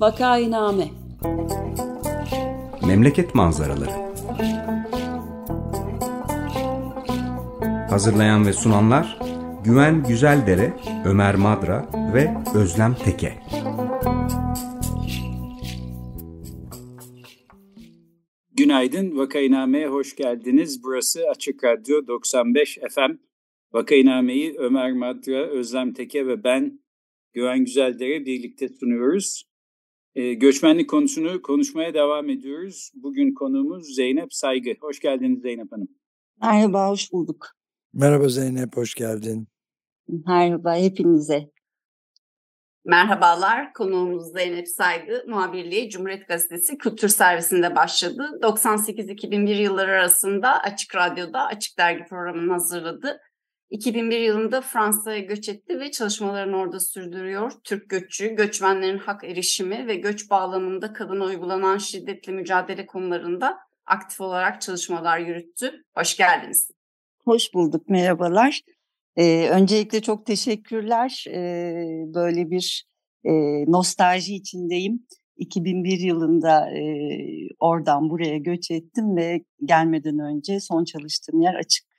Vakainame. Memleket manzaraları. Hazırlayan ve sunanlar Güven Güzeldere, Ömer Madra ve Özlem Teke. Günaydın, Vakainame'ye hoş geldiniz. Burası Açık Radyo 95 FM. Vakainame'yi Ömer Madra, Özlem Teke ve ben Güven Güzeldere birlikte sunuyoruz. Göçmenlik konusunu konuşmaya devam ediyoruz. Bugün konuğumuz Zeynep Saygı. Hoş geldiniz Zeynep Hanım. Merhaba, hoş bulduk. Merhaba Zeynep, hoş geldin. Merhaba hepinize. Merhabalar, konuğumuz Zeynep Saygı, muhabirliği Cumhuriyet Gazetesi Kültür Servisi'nde başladı. 98-2001 yılları arasında Açık Radyo'da Açık Dergi programını hazırladı. 2001 yılında Fransa'ya göç etti ve çalışmalarını orada sürdürüyor. Türk göçü, göçmenlerin hak erişimi ve göç bağlamında kadına uygulanan şiddetle mücadele konularında aktif olarak çalışmalar yürüttü. Hoş geldiniz. Hoş bulduk, merhabalar. Öncelikle çok teşekkürler. Böyle bir nostalji içindeyim. 2001 yılında oradan buraya göç ettim ve gelmeden önce son çalıştığım yer Açık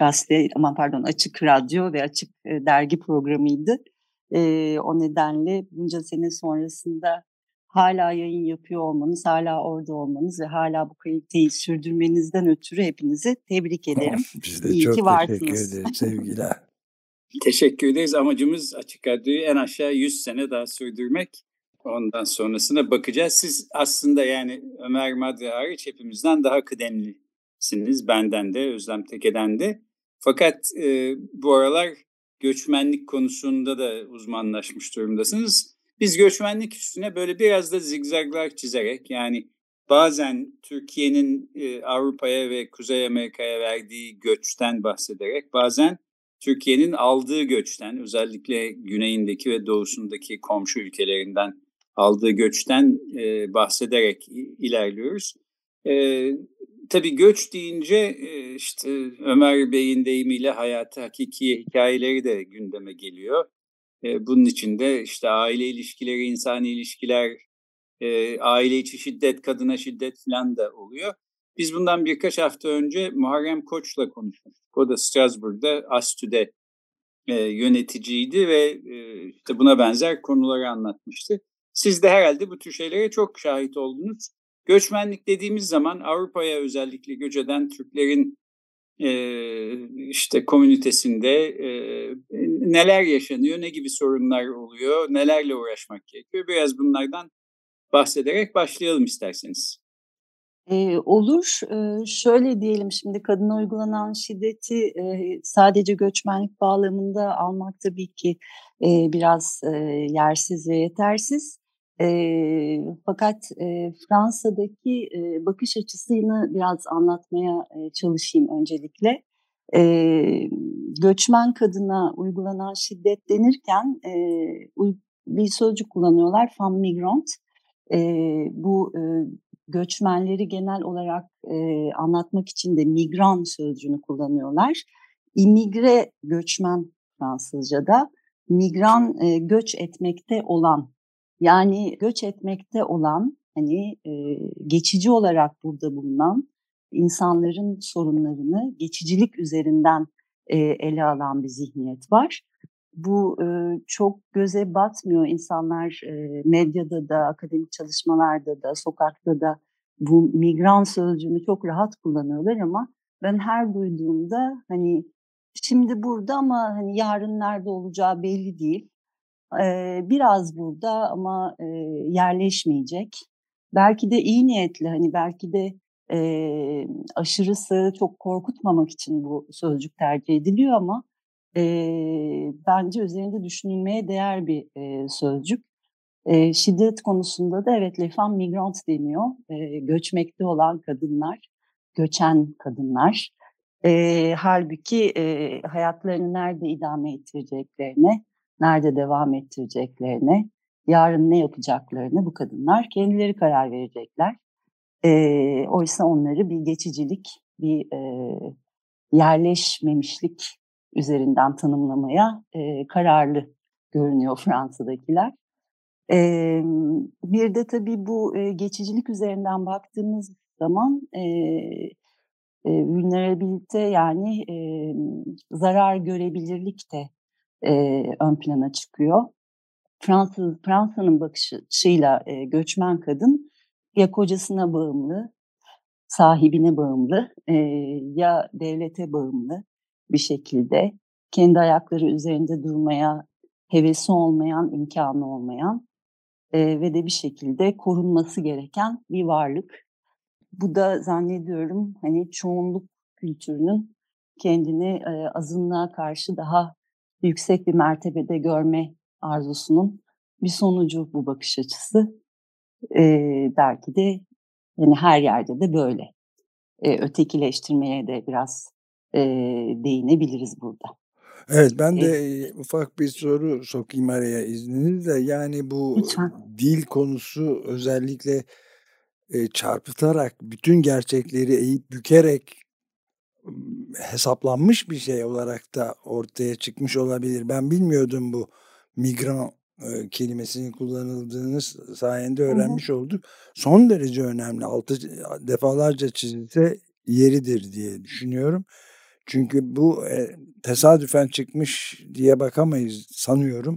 Radyo ve Açık Dergi programıydı. O nedenle bunca sene sonrasında hala yayın yapıyor olmanız, hala orada olmanız ve hala bu kaliteyi sürdürmenizden ötürü hepinizi tebrik ederim. Biz de İyi çok ki teşekkür varsınız. ederiz, sevgiler. Teşekkür ederiz. Amacımız Açık Radyo'yu en aşağı 100 sene daha sürdürmek. Ondan sonrasına bakacağız. Siz aslında yani Ömer Madra hariç hepimizden daha kıdemlisiniz. Benden de, Özlem Teke'den de. Fakat bu aralar göçmenlik konusunda da uzmanlaşmış durumdasınız. Biz göçmenlik üstüne böyle biraz da zigzaglar çizerek, yani bazen Türkiye'nin Avrupa'ya ve Kuzey Amerika'ya verdiği göçten bahsederek, bazen Türkiye'nin aldığı göçten, özellikle güneyindeki ve doğusundaki komşu ülkelerinden aldığı göçten bahsederek ilerliyoruz. Tabii göç deyince işte Ömer Bey'in deyimiyle hayatı hakiki hikayeleri de gündeme geliyor. Bunun içinde işte aile ilişkileri, insani ilişkiler, aile içi şiddet, kadına şiddet falan da oluyor. Biz bundan birkaç hafta önce Muharrem Koç'la konuşmuştuk. O da Strasbourg'da ASTÜ'de yöneticiydi ve işte buna benzer konuları anlatmıştı. Siz de herhalde bu tür şeylere çok şahit oldunuz. Göçmenlik dediğimiz zaman Avrupa'ya özellikle göç eden Türklerin işte komünitesinde neler yaşanıyor, ne gibi sorunlar oluyor, nelerle uğraşmak gerekiyor. Biraz bunlardan bahsederek başlayalım isterseniz. Olur. Şöyle diyelim, şimdi kadına uygulanan şiddeti sadece göçmenlik bağlamında almak tabii ki biraz yersiz ve yetersiz. Fakat Fransa'daki bakış açısını biraz anlatmaya çalışayım öncelikle. Göçmen kadına uygulanan şiddet denirken bir sözcük kullanıyorlar, femme migrante. Bu göçmenleri genel olarak anlatmak için de migran sözcüğünü kullanıyorlar. İmigre göçmen Fransızca'da, migran göç etmekte olan. Yani göç etmekte olan, hani geçici olarak burada bulunan insanların sorunlarını geçicilik üzerinden ele alan bir zihniyet var. Bu çok göze batmıyor. İnsanlar medyada da, akademik çalışmalarda da, sokakta da bu migran sözcüğünü çok rahat kullanıyorlar ama ben her duyduğumda hani şimdi burada ama hani yarın nerede olacağı belli değil. Biraz burada ama yerleşmeyecek. Belki de iyi niyetli, hani belki de aşırısı çok korkutmamak için bu sözcük tercih ediliyor ama bence üzerinde düşünülmeye değer bir sözcük. Şiddet konusunda da evet, les femmes migrantes deniyor. Göçmekte olan kadınlar, göçen kadınlar. Halbuki hayatlarını nerede idame ettireceklerine, nerede devam ettireceklerine, yarın ne yapacaklarını bu kadınlar kendileri karar verecekler. Oysa onları bir geçicilik, bir yerleşmemişlik üzerinden tanımlamaya kararlı görünüyor Fransa'dakiler. Bir de tabii bu geçicilik üzerinden baktığımız zaman vulnerabilite yani zarar görebilirlik de ön plana çıkıyor. Fransa'nın bakış açısıyla göçmen kadın ya kocasına bağımlı, sahibine bağımlı, ya devlete bağımlı bir şekilde kendi ayakları üzerinde durmaya hevesi olmayan, imkanı olmayan ve de bir şekilde korunması gereken bir varlık. Bu da zannediyorum hani çoğunluk kültürünün kendini azınlığa karşı daha yüksek bir mertebede görme arzusunun bir sonucu bu bakış açısı. Belki de yani her yerde de böyle. Ötekileştirmeye de biraz değinebiliriz burada. Evet, ben de ufak bir soru sokayım araya izninizle. Yani bu Lütfen. dil konusu özellikle çarpıtarak bütün gerçekleri eğip bükerek hesaplanmış bir şey olarak da ortaya çıkmış olabilir. Ben bilmiyordum bu migran kelimesinin kullanıldığını sayende öğrenmiş olduk. Son derece önemli. Altı defalarca çizilse yeridir diye düşünüyorum. Çünkü bu tesadüfen çıkmış diye bakamayız sanıyorum.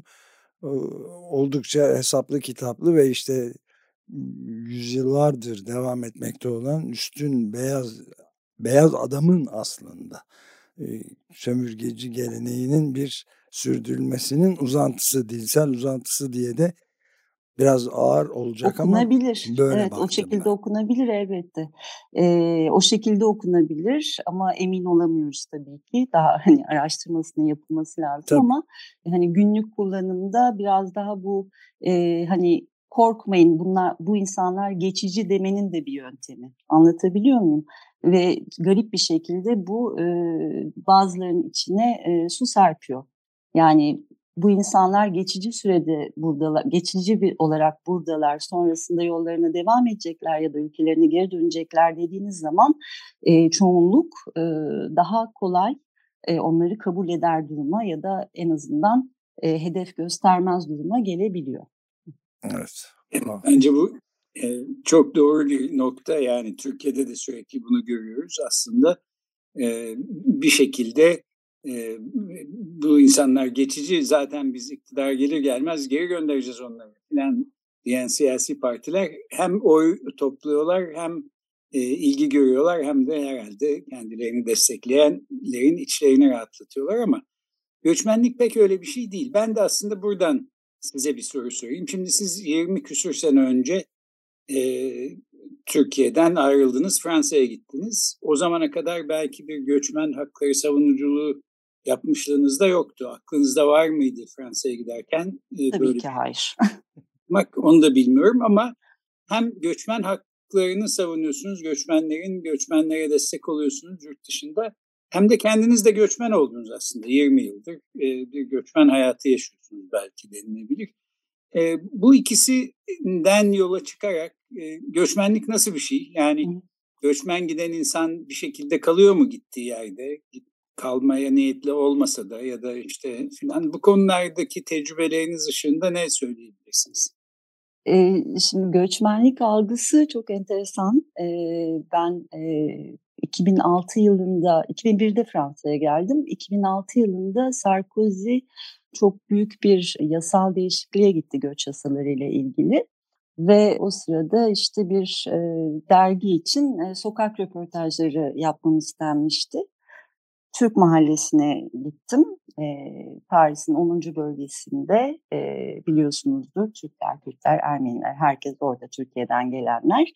Oldukça hesaplı kitaplı ve işte yüzyıllardır devam etmekte olan üstün beyaz adamın aslında sömürgeci geleneğinin bir sürdürülmesinin uzantısı, dilsel uzantısı diye de biraz ağır olacak okunabilir. ama böyle Evet, baktım o şekilde ben. Okunabilir elbette. O şekilde okunabilir ama emin olamıyoruz tabii ki. Daha hani araştırmasının yapılması lazım Tabii. ama hani günlük kullanımda biraz daha bu hani korkmayın bu insanlar geçici demenin de bir yöntemi. Anlatabiliyor muyum? Ve garip bir şekilde bu bazılarının içine su serpiyor. Yani bu insanlar geçici sürede buradalar, geçici bir olarak buradalar, sonrasında yollarına devam edecekler ya da ülkelerine geri dönecekler dediğiniz zaman çoğunluk daha kolay onları kabul eder duruma ya da en azından hedef göstermez duruma gelebiliyor. Evet. Bence bu çok doğru bir nokta. Yani Türkiye'de de sürekli bunu görüyoruz aslında. Bir şekilde bu insanlar geçici, zaten biz iktidar gelir gelmez geri göndereceğiz onları falan diyen siyasi partiler hem oy topluyorlar hem ilgi görüyorlar hem de herhalde kendilerini destekleyenlerin içlerini rahatlatıyorlar ama göçmenlik pek öyle bir şey değil. Ben de aslında buradan size bir soru sorayım. Şimdi siz 20 küsur sene önce Türkiye'den ayrıldınız, Fransa'ya gittiniz. O zamana kadar belki bir göçmen hakları savunuculuğu yapmışlığınız da yoktu. Aklınızda var mıydı Fransa'ya giderken? Tabii böyle ki hayır. Bak, onu da bilmiyorum ama hem göçmen haklarını savunuyorsunuz, göçmenlere destek oluyorsunuz yurt dışında. Hem de kendiniz de göçmen oldunuz aslında 20 yıldır. Bir göçmen hayatı yaşıyorsunuz belki denilebilir. Bu ikisinden yola çıkarak göçmenlik nasıl bir şey? Yani göçmen giden insan bir şekilde kalıyor mu gittiği yerde? Kalmaya niyetli olmasa da ya da işte filan, bu konulardaki tecrübeleriniz ışığında ne söyleyebilirsiniz? Şimdi göçmenlik algısı çok enteresan. Ben 2006 yılında, 2001'de Fransa'ya geldim. 2006 yılında Sarkozy çok büyük bir yasal değişikliğe gitti göç yasalarıyla ilgili. Ve o sırada işte bir dergi için sokak röportajları yapmam istenmişti. Türk Mahallesi'ne gittim. Paris'in 10. bölgesinde biliyorsunuzdur Türkler, Kürtler, Ermeniler, herkes orada Türkiye'den gelenler.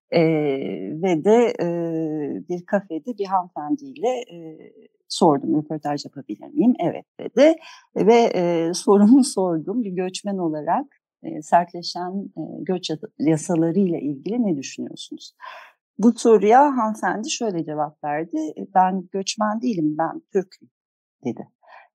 Ve de bir kafede bir hanımefendiyle sordum, röportaj yapabilir miyim? Evet dedi. Ve sorumu sordum, bir göçmen olarak sertleşen göç yasalarıyla ilgili ne düşünüyorsunuz? Bu soruya hanımefendi şöyle cevap verdi. Ben göçmen değilim, ben Türk'üm dedi.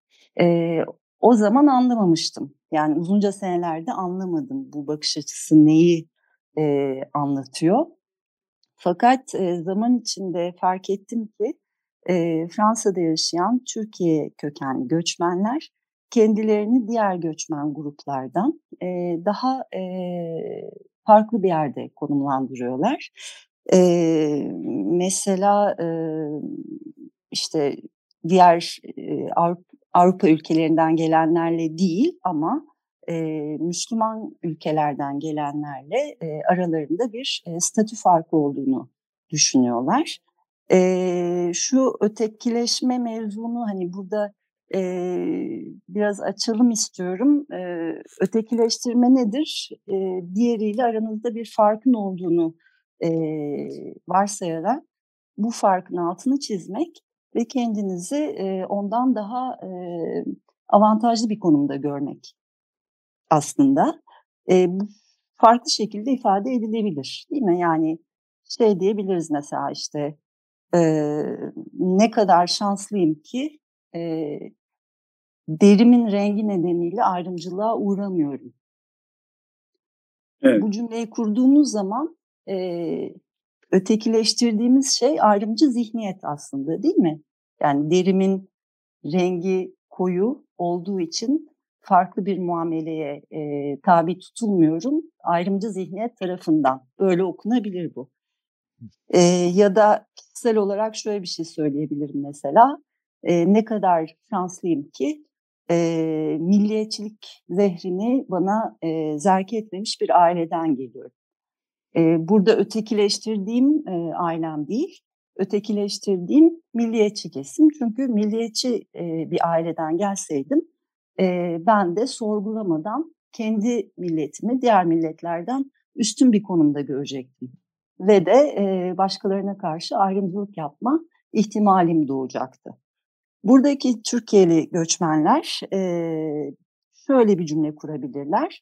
O zaman anlamamıştım. Yani uzunca senelerde anlamadım bu bakış açısı neyi anlatıyor. Fakat zaman içinde fark ettim ki Fransa'da yaşayan Türkiye kökenli göçmenler kendilerini diğer göçmen gruplardan daha farklı bir yerde konumlandırıyorlar. Mesela işte diğer Avrupa ülkelerinden gelenlerle değil ama Müslüman ülkelerden gelenlerle aralarında bir statü farkı olduğunu düşünüyorlar. Şu ötekileşme mevzunu hani burada biraz açalım istiyorum. Ötekileştirme nedir? Diğeriyle aranızda bir farkın olduğunu varsayarak bu farkın altını çizmek ve kendinizi ondan daha avantajlı bir konumda görmek aslında. Bu farklı şekilde ifade edilebilir, değil mi? Yani şey diyebiliriz mesela işte ne kadar şanslıyım ki derimin rengi nedeniyle ayrımcılığa uğramıyorum. Evet. Bu cümleyi kurduğumuz zaman ötekileştirdiğimiz şey ayrımcı zihniyet aslında, değil mi? Yani derimin rengi koyu olduğu için farklı bir muameleye tabi tutulmuyorum. Ayrımcı zihniyet tarafından. Böyle okunabilir bu. Ya da kişisel olarak şöyle bir şey söyleyebilirim mesela. Ne kadar şanslıyım ki milliyetçilik zehrini bana zerk etmemiş bir aileden geliyorum. Burada ötekileştirdiğim ailem değil, ötekileştirdiğim milliyetçi kesim. Çünkü milliyetçi bir aileden gelseydim ben de sorgulamadan kendi milletimi diğer milletlerden üstün bir konumda görecektim. Ve de başkalarına karşı ayrımcılık yapma ihtimalim doğacaktı. Buradaki Türkiye'li göçmenler şöyle bir cümle kurabilirler.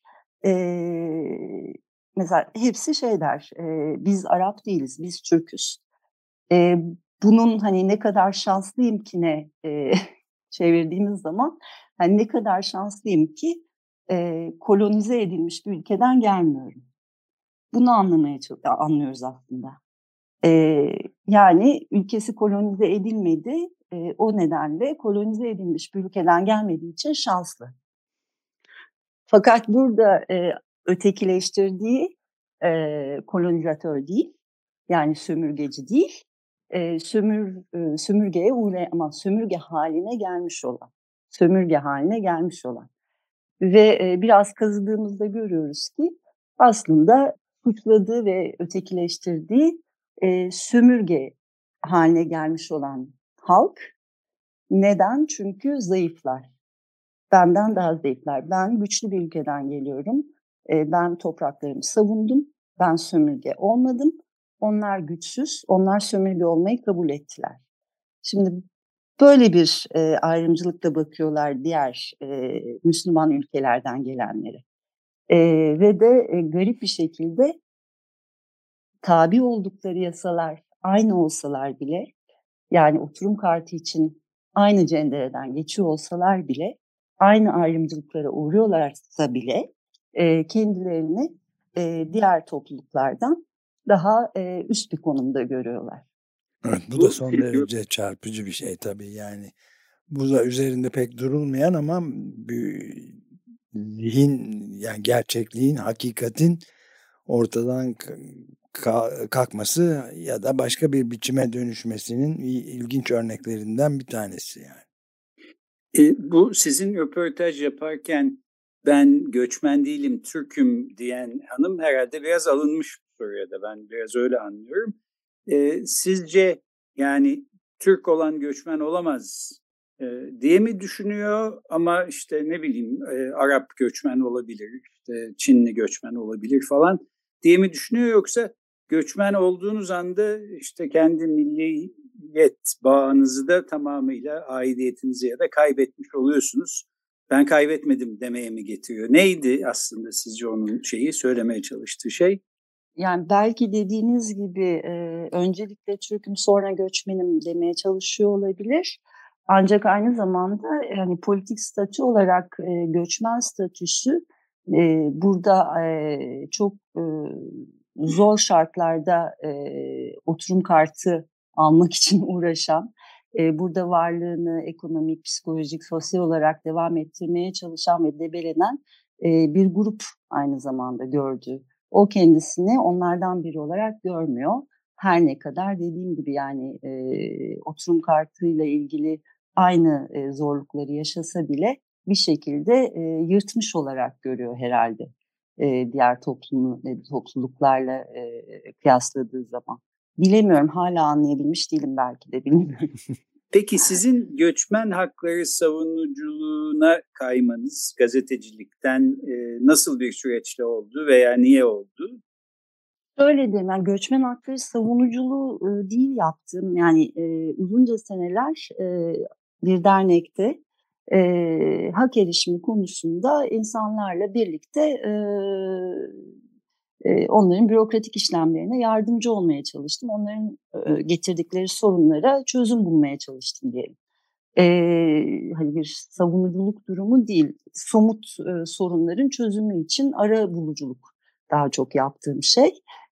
Mesela hepsi şey der, biz Arap değiliz, biz Türküz. Bunun hani ne kadar şanslıyım ki ne çevirdiğimiz zaman, hani ne kadar şanslıyım ki kolonize edilmiş bir ülkeden gelmiyorum. Bunu anlıyoruz aslında. Yani ülkesi kolonize edilmedi, o nedenle kolonize edilmiş bir ülkeden gelmediği için şanslı. Fakat burada ötekileştirdiği kolonizatör değil, yani sömürgeci değil, sömürgeye ama sömürge haline gelmiş olan. Ve biraz kazıdığımızda görüyoruz ki aslında suçladığı ve ötekileştirdiği sömürge haline gelmiş olan halk. Neden? Çünkü zayıflar. Benden daha zayıflar. Ben güçlü bir ülkeden geliyorum. Ben topraklarımı savundum. Ben sömürge olmadım. Onlar güçsüz. Onlar sömürge olmayı kabul ettiler. Şimdi böyle bir ayrımcılıkla bakıyorlar diğer Müslüman ülkelerden gelenlere. Ve de garip bir şekilde tabi oldukları yasalar aynı olsalar bile, yani oturum kartı için aynı cendereden geçiyor olsalar bile, aynı ayrımcılıklara uğruyorlarsa bile kendilerini diğer topluluklardan daha üst bir konumda görüyorlar. Evet, bu da son derece çarpıcı bir şey tabii, yani bu da üzerinde pek durulmayan ama zihin, yani gerçekliğin, hakikatin ortadan kalkması ya da başka bir biçime dönüşmesinin ilginç örneklerinden bir tanesi yani. Bu sizin röportaj yaparken ben göçmen değilim, Türk'üm diyen hanım herhalde biraz alınmış bu soruya da, ben biraz öyle anlıyorum. Sizce yani Türk olan göçmen olamaz diye mi düşünüyor, ama işte ne bileyim Arap göçmen olabilir, işte Çinli göçmen olabilir falan diye mi düşünüyor, yoksa göçmen olduğunuz anda işte kendi milliyet bağınızı da tamamıyla, aidiyetinizi ya da kaybetmiş oluyorsunuz, ben kaybetmedim demeye mi getiriyor? Neydi aslında sizce onun söylemeye çalıştığı şey? Yani belki dediğiniz gibi öncelikle Türk'üm sonra göçmenim demeye çalışıyor olabilir. Ancak aynı zamanda yani politik statü olarak göçmen statüsü burada çok zor şartlarda oturum kartı almak için uğraşan burada varlığını ekonomik, psikolojik, sosyal olarak devam ettirmeye çalışan ve debelenen bir grup aynı zamanda gördü. O kendisini onlardan biri olarak görmüyor. Her ne kadar dediğim gibi yani oturum kartıyla ilgili aynı zorlukları yaşasa bile bir şekilde yırtmış olarak görüyor herhalde diğer topluluklarla kıyasladığı zaman. Bilemiyorum, hala anlayabilmiş değilim, belki de bilmiyorum. Peki sizin göçmen hakları savunuculuğuna kaymanız gazetecilikten nasıl bir süreçle oldu veya niye oldu? Öyle diyeyim, yani göçmen hakları savunuculuğu değil yaptım. Yani uzunca seneler bir dernekte hak erişimi konusunda insanlarla birlikte onların bürokratik işlemlerine yardımcı olmaya çalıştım. Onların getirdikleri sorunlara çözüm bulmaya çalıştım diyelim. Hani bir savunuculuk durumu değil, somut sorunların çözümü için ara buluculuk daha çok yaptığım şey.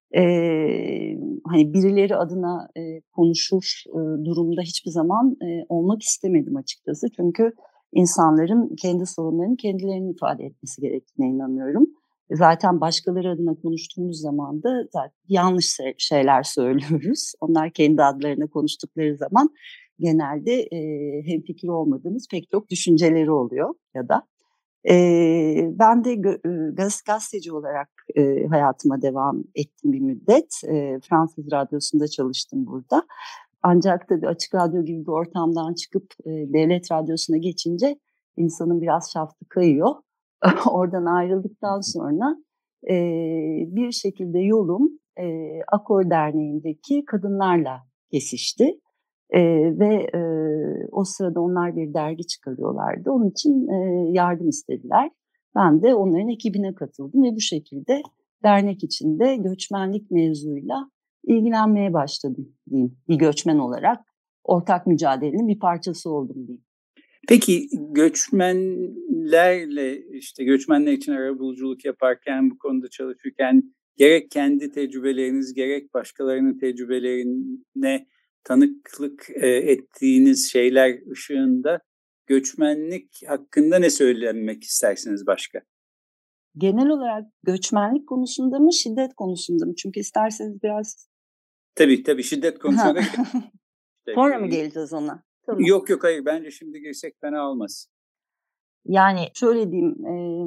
Hani birileri adına konuşur durumda hiçbir zaman olmak istemedim açıkçası. Çünkü insanların kendi sorunlarını kendilerinin ifade etmesi gerektiğine inanıyorum. Zaten başkaları adına konuştuğumuz zaman da zaten yanlış şeyler söylüyoruz. Onlar kendi adlarına konuştukları zaman genelde hemfikir olmadığımız pek çok düşünceleri oluyor ya da. Ben de gazeteci olarak hayatıma devam ettim bir müddet. Fransız radyosunda çalıştım burada. Ancak tabii Açık Radyo gibi bir ortamdan çıkıp devlet radyosuna geçince insanın biraz şaftı kayıyor. Oradan ayrıldıktan sonra bir şekilde yolum Akor Derneği'ndeki kadınlarla kesişti. Ve o sırada onlar bir dergi çıkarıyorlardı. Onun için yardım istediler. Ben de onların ekibine katıldım ve bu şekilde dernek içinde göçmenlik mevzuyla ilgilenmeye başladım diyeyim. Bir göçmen olarak ortak mücadelenin bir parçası oldum diyeyim. Peki göçmenlerle, işte göçmenler için arabuluculuk yaparken, bu konuda çalışırken gerek kendi tecrübeleriniz gerek başkalarının tecrübelerine tanıklık ettiğiniz şeyler ışığında göçmenlik hakkında ne söylemek istersiniz başka? Genel olarak göçmenlik konusunda mı, şiddet konusunda mı? Çünkü isterseniz biraz... Tabii şiddet konusunda. Sonra mı geleceğiz ona? Tamam. Yok hayır, bence şimdi girsek fena olmaz. Yani şöyle diyeyim,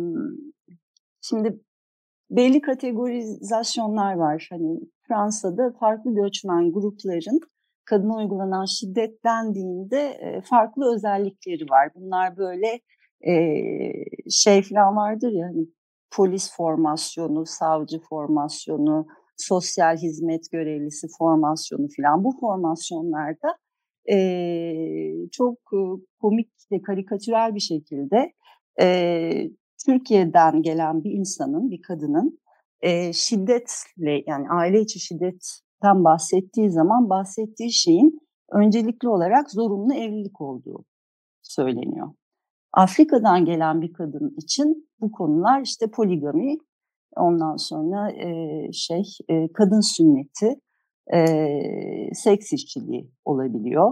şimdi belli kategorizasyonlar var. Hani Fransa'da farklı göçmen grupların kadına uygulanan şiddet dendiğinde farklı özellikleri var. Bunlar böyle şey falan vardır ya, hani polis formasyonu, savcı formasyonu, sosyal hizmet görevlisi formasyonu falan. Bu formasyonlarda çok komik ve karikatürel bir şekilde Türkiye'den gelen bir insanın, bir kadının şiddetle, yani aile içi şiddetten bahsettiği zaman bahsettiği şeyin öncelikli olarak zorunlu evlilik olduğu söyleniyor. Afrika'dan gelen bir kadın için bu konular işte poligami, ondan sonra kadın sünneti, seks işçiliği olabiliyor.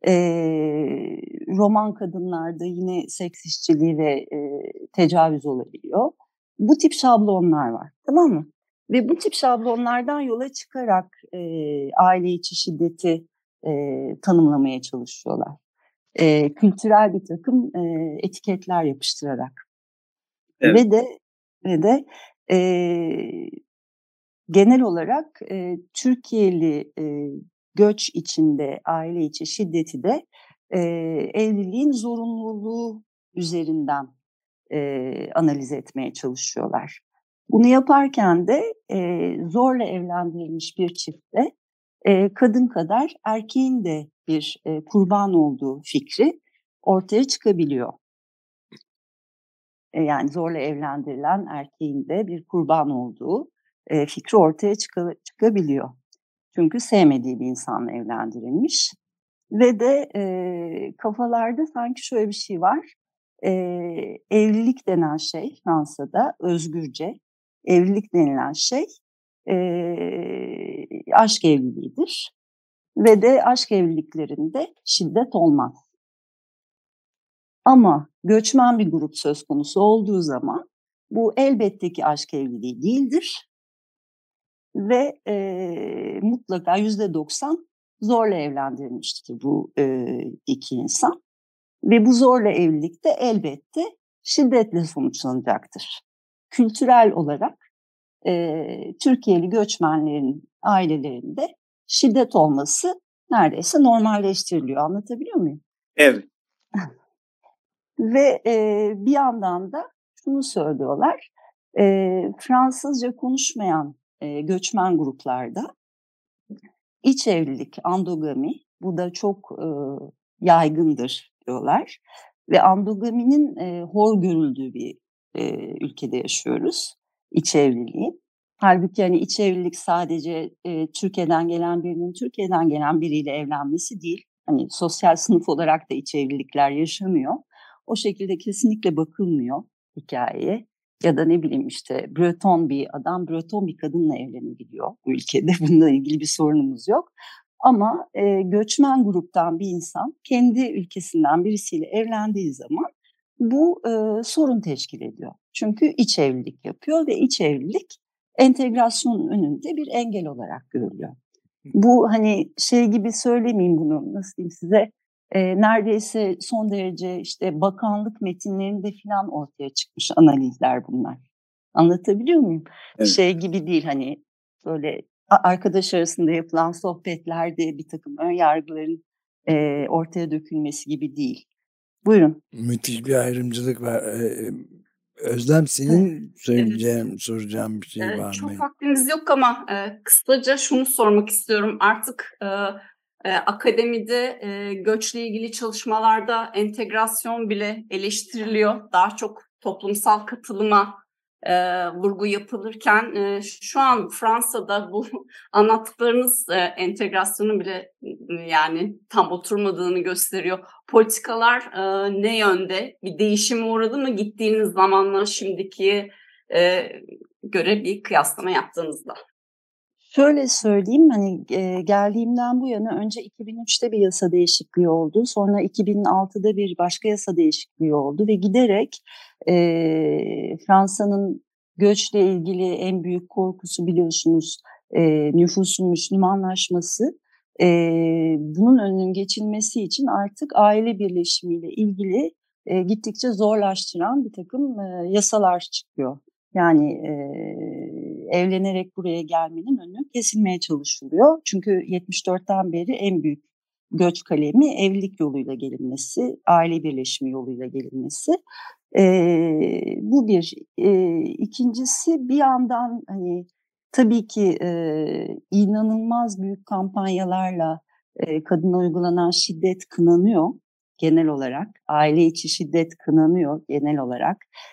Roman kadınlarda yine seks işçiliği ve tecavüz olabiliyor. Bu tip şablonlar var, tamam mı? Ve bu tip şablonlardan yola çıkarak aile içi şiddeti tanımlamaya çalışıyorlar. Kültürel bir takım etiketler yapıştırarak. Evet. Ve de genel olarak Türkiye'li göç içinde aile içi şiddeti de evliliğin zorunluluğu üzerinden analiz etmeye çalışıyorlar. Bunu yaparken de zorla evlendirilmiş bir çiftte kadın kadar erkeğin de bir kurban olduğu fikri ortaya çıkabiliyor. Yani zorla evlendirilen erkeğin de bir kurban olduğu fikri ortaya çıkabiliyor. Çünkü sevmediği bir insanla evlendirilmiş. Ve de kafalarda sanki şöyle bir şey var. Evlilik denen şey Fransa'da özgürce, evlilik denilen şey aşk evliliğidir. ve de aşk evliliklerinde şiddet olmaz. Ama göçmen bir grup söz konusu olduğu zaman bu elbette ki aşk evliliği değildir ve mutlaka %90 zorla evlendirilmiştir bu iki insan. Ve bu zorla evlilik de elbette şiddetle sonuçlanacaktır. Kültürel olarak Türkiye'li göçmenlerin ailelerinde şiddet olması neredeyse normalleştiriliyor. Anlatabiliyor muyum? Evet. Ve bir yandan da şunu söylüyorlar, Fransızca konuşmayan göçmen gruplarda iç evlilik, andogami, bu da çok yaygındır diyorlar. Ve andogaminin hor görüldüğü bir ülkede yaşıyoruz, iç evliliği. Halbuki hani iç evlilik sadece Türkiye'den gelen birinin Türkiye'den gelen biriyle evlenmesi değil. Hani sosyal sınıf olarak da iç evlilikler yaşanıyor. O şekilde kesinlikle bakılmıyor hikayeye. Ya da ne bileyim işte Breton bir adam Breton bir kadınla evlenebiliyor bu ülkede. Bununla ilgili bir sorunumuz yok. Ama göçmen gruptan bir insan kendi ülkesinden birisiyle evlendiği zaman bu sorun teşkil ediyor. Çünkü iç evlilik yapıyor ve iç evlilik entegrasyonun önünde bir engel olarak görülüyor. Bu hani şey gibi söylemeyeyim bunu, nasıl diyeyim size, neredeyse son derece işte bakanlık metinlerinde falan ortaya çıkmış analizler bunlar. Anlatabiliyor muyum? Evet. Şey gibi değil, hani böyle arkadaş arasında yapılan sohbetlerde bir takım ön yargıların ortaya dökülmesi gibi değil. Buyurun. Müthiş bir ayrımcılık var. Özlem, senin söyleyeceğim, soracağım bir şey var mı? Çok vaktimiz yok ama kısaca şunu sormak istiyorum. Artık akademide göçle ilgili çalışmalarda entegrasyon bile eleştiriliyor. Daha çok toplumsal katılıma vurgu yapılırken şu an Fransa'da bu anlattıklarınız entegrasyonun bile yani tam oturmadığını gösteriyor. Politikalar ne yönde? Bir değişime uğradı mı gittiğiniz zamanla şimdiki göre bir kıyaslama yaptığınızda? Şöyle söyleyeyim, hani geldiğimden bu yana önce 2003'te bir yasa değişikliği oldu. Sonra 2006'da bir başka yasa değişikliği oldu ve giderek Fransa'nın göçle ilgili en büyük korkusu biliyorsunuz nüfusun Müslümanlaşması. Bunun önünün geçilmesi için artık aile birleşimiyle ilgili gittikçe zorlaştıran bir takım yasalar çıkıyor. Yani evlenerek buraya gelmenin önü kesilmeye çalışılıyor. Çünkü 74'ten beri en büyük göç kalemi evlilik yoluyla gelinmesi, aile birleşimi yoluyla gelinmesi. Bu bir. İkincisi bir yandan hani tabii ki inanılmaz büyük kampanyalarla kadına uygulanan şiddet kınanıyor genel olarak. Aile içi şiddet kınanıyor genel olarak.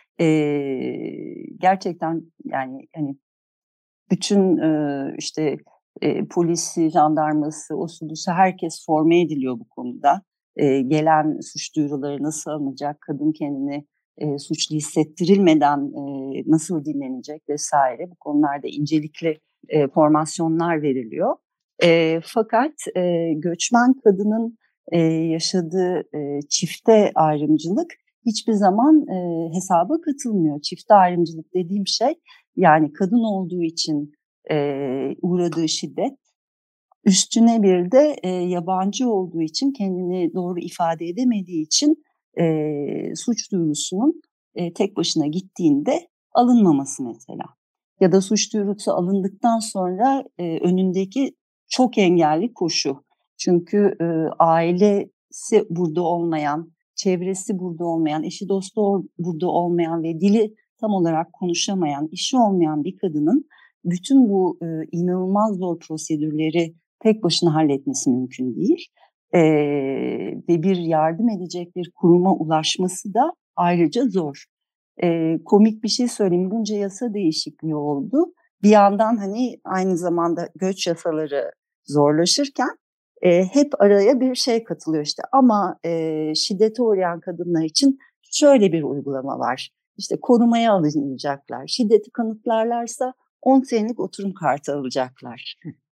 Gerçekten yani hani bütün işte polisi, jandarması, osudusu herkes forme ediliyor bu konuda. Gelen suç duyuruları nasıl alınacak, kadın kendini suçlu hissettirilmeden nasıl dinlenecek vesaire, bu konularda incelikli formasyonlar veriliyor. Fakat göçmen kadının yaşadığı çifte ayrımcılık hiçbir zaman hesaba katılmıyor. Çifte ayrımcılık dediğim şey yani kadın olduğu için uğradığı şiddet, üstüne bir de yabancı olduğu için kendini doğru ifade edemediği için suç duyurusunun tek başına gittiğinde alınmaması mesela. Ya da suç duyurusu alındıktan sonra önündeki çok engelli koşu. Çünkü ailesi burada olmayan, çevresi burada olmayan, eşi dostu burada olmayan ve dili tam olarak konuşamayan, işi olmayan bir kadının bütün bu inanılmaz zor prosedürleri tek başına halletmesi mümkün değil. Ve bir yardım edecek bir kuruma ulaşması da ayrıca zor. Komik bir şey söyleyeyim, bunca yasa değişikliği oldu. Bir yandan hani aynı zamanda göç yasaları zorlaşırken hep araya bir şey katılıyor işte. Ama şiddete uğrayan kadınlar için şöyle bir uygulama var. İşte korumaya alınacaklar. Şiddeti kanıtlarlarsa 10 senelik oturum kartı alacaklar.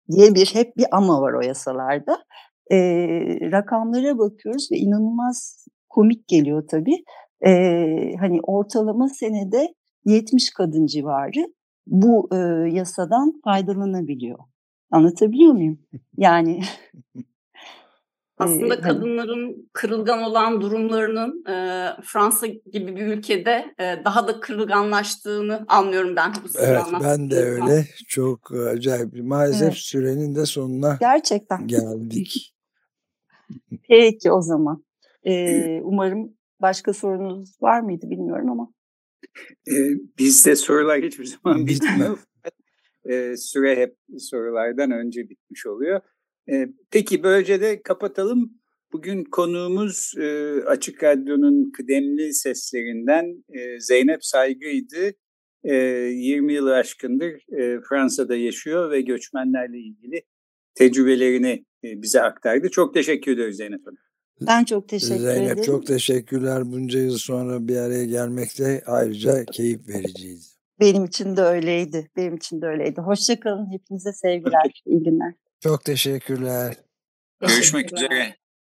diye hep bir ama var o yasalarda. Rakamlara bakıyoruz ve inanılmaz komik geliyor tabii. Hani ortalama senede 70 kadın civarı bu yasadan faydalanabiliyor. Anlatabiliyor muyum? Yani aslında kadınların kırılgan olan durumlarının Fransa gibi bir ülkede daha da kırılganlaştığını anlıyorum ben. Evet, ben de öyle. Çok acayip. Maalesef evet. Sürenin de sonuna gerçekten geldik. Peki o zaman. Umarım başka sorunuz var mıydı bilmiyorum ama. Bizde sorular hiçbir zaman bitmiyor. Süre hep sorulardan önce bitmiş oluyor. Peki böylece de kapatalım. Bugün konuğumuz Açık Radyo'nun kıdemli seslerinden Zeynep Saygı'ydı. 20 yılı aşkındır Fransa'da yaşıyor ve göçmenlerle ilgili tecrübelerini bize aktardı. Çok teşekkür ederiz Zeynep Hanım. Ben çok teşekkür ederim. Zeynep çok teşekkürler. Bunca yıl sonra bir araya gelmekte ayrıca keyif vericiydi. Benim için de öyleydi. Hoşça kalın. Hepinize sevgiler. İyi günler. Çok teşekkürler. Görüşmek üzere.